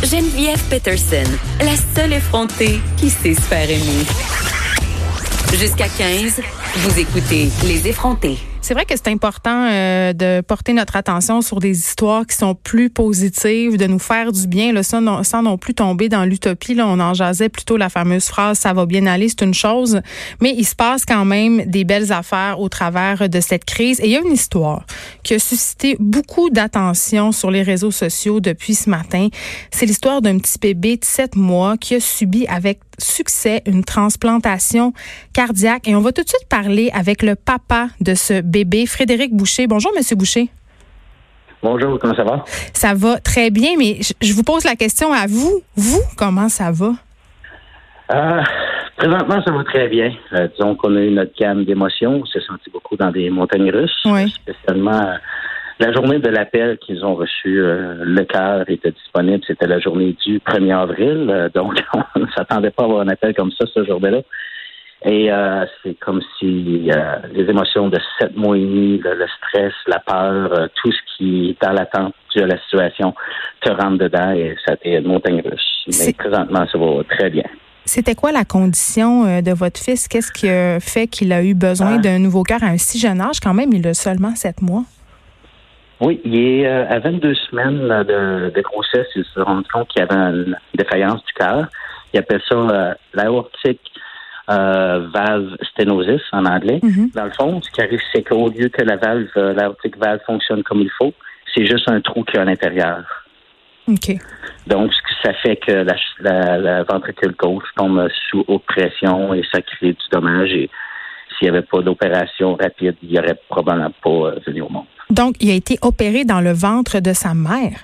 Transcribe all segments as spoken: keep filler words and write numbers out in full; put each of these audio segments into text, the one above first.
Geneviève Peterson, la seule effrontée qui sait se faire aimer. Jusqu'à quinze, vous écoutez Les Effrontés. C'est vrai que c'est important euh, de porter notre attention sur des histoires qui sont plus positives, de nous faire du bien, là, ça, non, sans non plus tomber dans l'utopie. Là, on en jasait plutôt la fameuse phrase « ça va bien aller », c'est une chose, mais il se passe quand même des belles affaires au travers de cette crise. Et il y a une histoire qui a suscité beaucoup d'attention sur les réseaux sociaux depuis ce matin. C'est l'histoire d'un petit bébé de sept mois qui a subi avec succès une transplantation cardiaque. Et on va tout de suite parler avec le papa de ce bébé, Frédéric Boucher. Bonjour, Monsieur Boucher. Bonjour, comment ça va? Ça va très bien, mais je, je vous pose la question à vous. Vous, comment ça va? Euh, présentement, ça va très bien. Euh, disons qu'on a eu notre gamme d'émotions. On s'est senti beaucoup dans des montagnes russes. Oui. Spécialement euh, la journée de l'appel qu'ils ont reçu. Euh, le cœur était disponible. C'était la journée du premier avril. Euh, donc, on ne s'attendait pas à avoir un appel comme ça ce jour-là. Et euh, c'est comme si euh, les émotions de sept mois et demi, le, le stress, la peur, euh, tout ce qui est dans l'attente de la situation te rentre dedans et ça a été une montagne russe. Mais présentement, ça va très bien. C'était quoi la condition euh, de votre fils? Qu'est-ce qui a fait qu'il a eu besoin ah. d'un nouveau cœur à un si jeune âge? Quand même, il a seulement sept mois. Oui, il est euh, à vingt-deux semaines de, de grossesse. Il s'est rendu compte qu'il y avait une défaillance du cœur. Il appelle ça euh, l'aortique Euh, valve stenosis en anglais. Mm-hmm. Dans le fond, ce qui arrive, c'est qu'au lieu que la valve, euh, l'aortique valve fonctionne comme il faut, c'est juste un trou qu'il y a à l'intérieur. OK. Donc, ça fait que la, la, la ventricule gauche tombe sous haute pression et ça crée du dommage. Et s'il n'y avait pas d'opération rapide, il n'aurait probablement pas euh, venu au monde. Donc, il a été opéré dans le ventre de sa mère?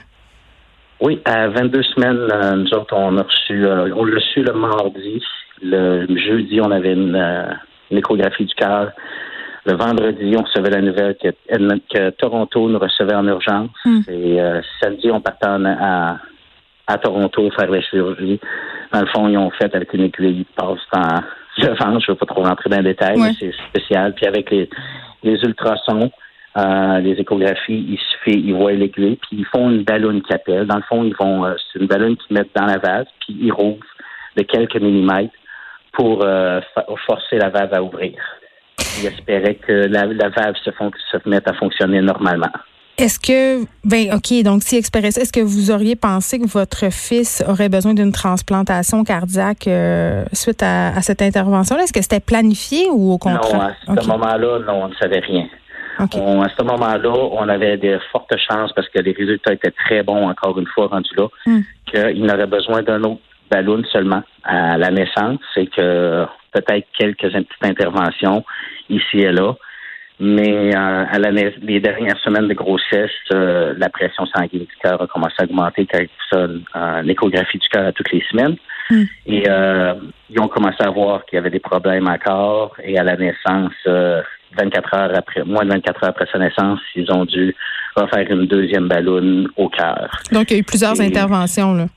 Oui, à vingt-deux semaines, euh, nous autres, on a reçu, euh, on l'a reçu le mardi. Le jeudi, on avait une, euh, une échographie du cœur. Le vendredi, on recevait la nouvelle que, que Toronto nous recevait en urgence. Mm. Et euh, samedi, on partait en, à, à Toronto faire la chirurgie. Dans le fond, ils ont fait avec une aiguille qui passe dans le ventre. Je ne veux pas trop rentrer dans les détails, ouais. Mais c'est spécial. Puis avec les, les ultrasons, euh, les échographies, il suffit, ils voient l'aiguille, puis ils font une ballonne qui appelle. Dans le fond, ils vont, euh, c'est une ballonne qu'ils mettent dans la valve, puis ils rouvrent de quelques millimètres pour euh, forcer la valve à ouvrir. Il espérait que la, la valve se, fon- se mette à fonctionner normalement. Est-ce que, ben ok, donc si espérait ça, est-ce que vous auriez pensé que votre fils aurait besoin d'une transplantation cardiaque euh, suite à, à cette intervention-là? Est-ce que c'était planifié ou au contraire? Non, à ce okay. moment-là, non, on ne savait rien. Okay. On, à ce moment-là, on avait de fortes chances, parce que les résultats étaient très bons, encore une fois, rendus là, mm. qu'il n'aurait besoin d'un autre ballon seulement à la naissance, c'est que peut-être quelques petites interventions ici et là, mais euh, à la, les dernières semaines de grossesse, euh, la pression sanguine du cœur a commencé à augmenter, car ça, une échographie du cœur à toutes les semaines, mm. et euh, ils ont commencé à voir qu'il y avait des problèmes encore, et à la naissance, euh, vingt-quatre heures après, moins de vingt-quatre heures après sa naissance, ils ont dû refaire une deuxième ballonne au cœur. Donc il y a eu plusieurs et, interventions, là.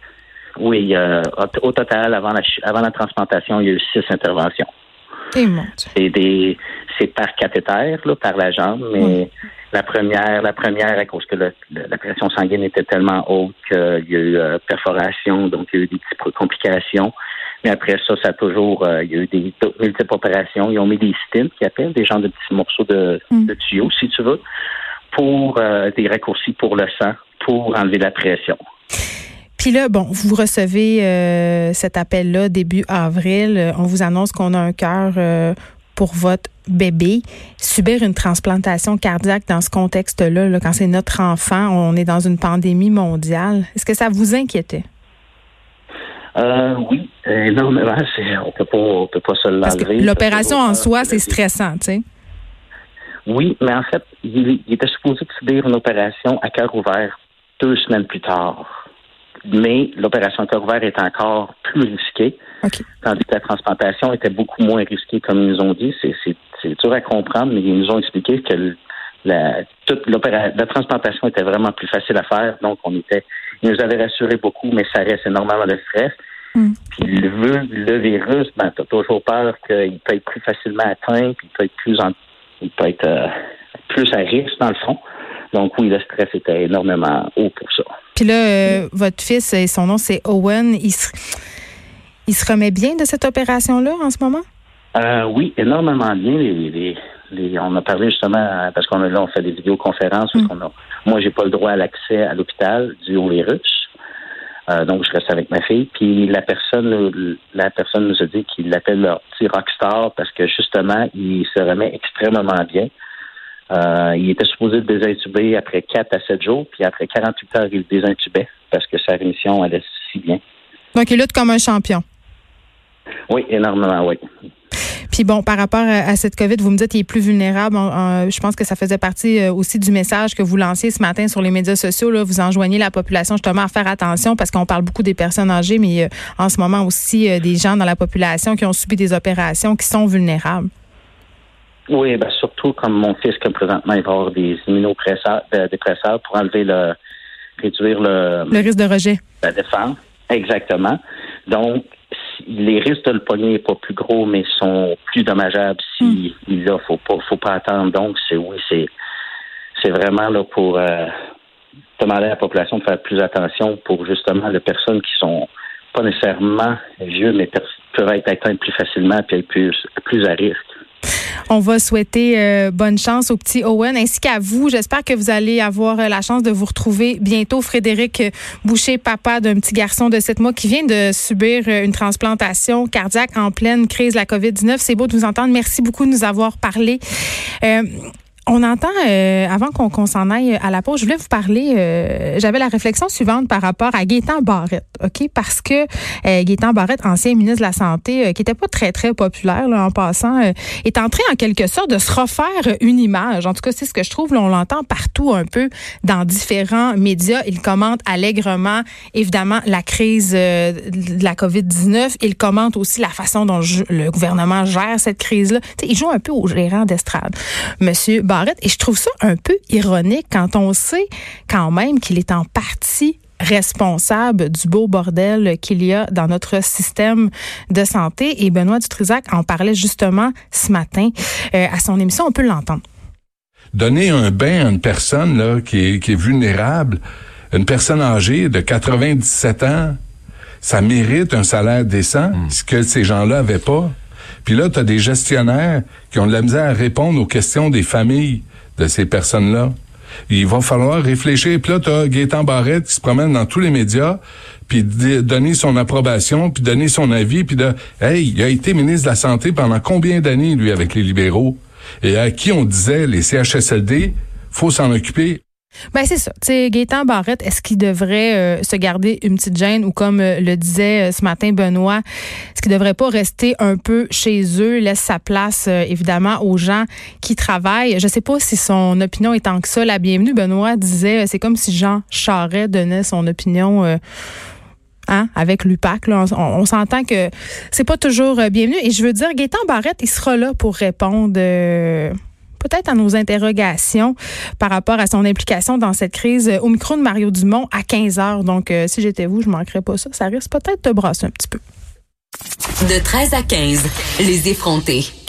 Oui, euh, au, au total, avant la, avant la transplantation, il y a eu six interventions. Et mon Dieu. C'est des, c'est par cathéter, là, par la jambe, mais oui. la première, la première, à cause que le, le, la pression sanguine était tellement haute qu'il y a eu euh, perforation, donc il y a eu des petites complications. Mais après ça, ça a toujours, euh, il y a eu des multiples opérations. Ils ont mis des stents, qui appellent des genres de petits morceaux de, mm. de tuyaux, si tu veux, pour euh, des raccourcis pour le sang, pour enlever la pression. Puis là, bon, vous recevez euh, cet appel-là début avril. On vous annonce qu'on a un cœur euh, pour votre bébé. Subir une transplantation cardiaque dans ce contexte-là, là, quand c'est notre enfant, on est dans une pandémie mondiale. Est-ce que ça vous inquiétait? Euh, oui, énormément. C'est, on peut pas, on peut pas se l'enlever. Parce que l'opération en soi, c'est stressant, tu sais. Oui, mais en fait, il, il était supposé subir une opération à cœur ouvert deux semaines plus tard. Mais l'opération à cœur ouvert est encore plus risquée, okay. Tandis que la transplantation était beaucoup moins risquée, comme ils nous ont dit. C'est, c'est, c'est dur à comprendre, mais ils nous ont expliqué que la, toute l'opération, la transplantation était vraiment plus facile à faire. Donc, on était, ils nous avaient rassuré beaucoup, mais ça reste énormément de stress. Mm. Puis le, le virus, ben, t'as toujours peur qu'il peut être plus facilement atteint, puis il peut être plus, en, il peut être euh, plus à risque dans le fond. Donc oui, le stress était énormément haut pour ça. Puis là, euh, votre fils, son nom c'est Owen, il se, il se remet bien de cette opération-là en ce moment? Euh, oui, énormément bien. Les, les, les, on a parlé justement, parce qu'on a, là, on fait des vidéoconférences. Mm. On a, moi, j'ai pas le droit à l'accès à l'hôpital dû au virus. Euh, donc, je reste avec ma fille. Puis la personne, la personne nous a dit qu'il l'appelle leur petit rockstar parce que justement, il se remet extrêmement bien. Euh, il était supposé le désintuber après quatre à sept jours, puis après quarante-huit heures, il le désintubait parce que sa rémission allait si bien. Donc, il lutte comme un champion. Oui, énormément, oui. Puis bon, par rapport à, à cette COVID, vous me dites qu'il est plus vulnérable. Euh, je pense que ça faisait partie euh, aussi du message que vous lanciez ce matin sur les médias sociaux. Là, vous enjoignez la population justement à faire attention parce qu'on parle beaucoup des personnes âgées, mais euh, en ce moment aussi euh, des gens dans la population qui ont subi des opérations qui sont vulnérables. Oui, ben surtout comme mon fils, comme présentement, il va avoir des immunopresseurs, euh, dépresseurs pour enlever le, réduire le... Le risque de rejet. La défense, exactement. Donc, les risques de le pogner n'est pas plus gros, mais sont plus dommageables s'il mm. l'a. Faut pas, faut pas attendre. Donc, c'est oui, c'est c'est vraiment là pour euh, demander à la population de faire plus attention pour justement les personnes qui sont pas nécessairement vieux, mais peuvent être atteintes plus facilement puis être plus, plus à risque. On va souhaiter euh, bonne chance au petit Owen ainsi qu'à vous. J'espère que vous allez avoir euh, la chance de vous retrouver bientôt. Frédéric Boucher, papa d'un petit garçon de sept mois qui vient de subir euh, une transplantation cardiaque en pleine crise de la covid dix-neuf. C'est beau de vous entendre. Merci beaucoup de nous avoir parlé. Euh, On entend, euh, avant qu'on, qu'on s'en aille à la pause, je voulais vous parler, euh, j'avais la réflexion suivante par rapport à Gaétan Barrette, OK? Parce que euh, Gaétan Barrette, ancien ministre de la Santé, euh, qui était pas très, très populaire là, en passant, euh, est en train en quelque sorte de se refaire une image. En tout cas, c'est ce que je trouve. Là, on l'entend partout un peu dans différents médias. Il commente allègrement, évidemment, la crise euh, de la covid dix-neuf. Il commente aussi la façon dont je, le gouvernement gère cette crise-là. T'sais, il joue un peu au gérant d'estrade. Monsieur Barrette, et je trouve ça un peu ironique quand on sait quand même qu'il est en partie responsable du beau bordel qu'il y a dans notre système de santé. Et Benoît Dutrisac en parlait justement ce matin euh, à son émission. On peut l'entendre. Donner un bain à une personne là qui est, qui est vulnérable, une personne âgée de quatre-vingt-dix-sept ans, ça mérite un salaire décent, mmh. ce que ces gens-là avaient pas. Puis là, tu as des gestionnaires qui ont de la misère à répondre aux questions des familles de ces personnes-là. Il va falloir réfléchir. Puis là, tu as Gaétan Barrette qui se promène dans tous les médias, puis d- donner son approbation, puis donner son avis, puis de « Hey, il a été ministre de la Santé pendant combien d'années, lui, avec les libéraux? » Et à qui on disait, les C H S L D, faut s'en occuper. Ben c'est ça. Tu sais, Gaétan Barrette, est-ce qu'il devrait euh, se garder une petite gêne ou comme euh, le disait euh, ce matin Benoît, est-ce qu'il devrait pas rester un peu chez eux, laisse sa place euh, évidemment aux gens qui travaillent. Je sais pas si son opinion est tant que ça la bienvenue. Benoît disait, euh, c'est comme si Jean Charest donnait son opinion. Euh, Hein, avec l'U P A C, là, on, on s'entend que c'est pas toujours euh, bienvenu. Et je veux dire, Gaétan Barrette, il sera là pour répondre euh, peut-être à nos interrogations par rapport à son implication dans cette crise au micro de Mario Dumont à quinze heures. Donc, euh, si j'étais vous, je manquerais pas ça. Ça risque peut-être de brasser un petit peu. De treize à quinze, les effrontés.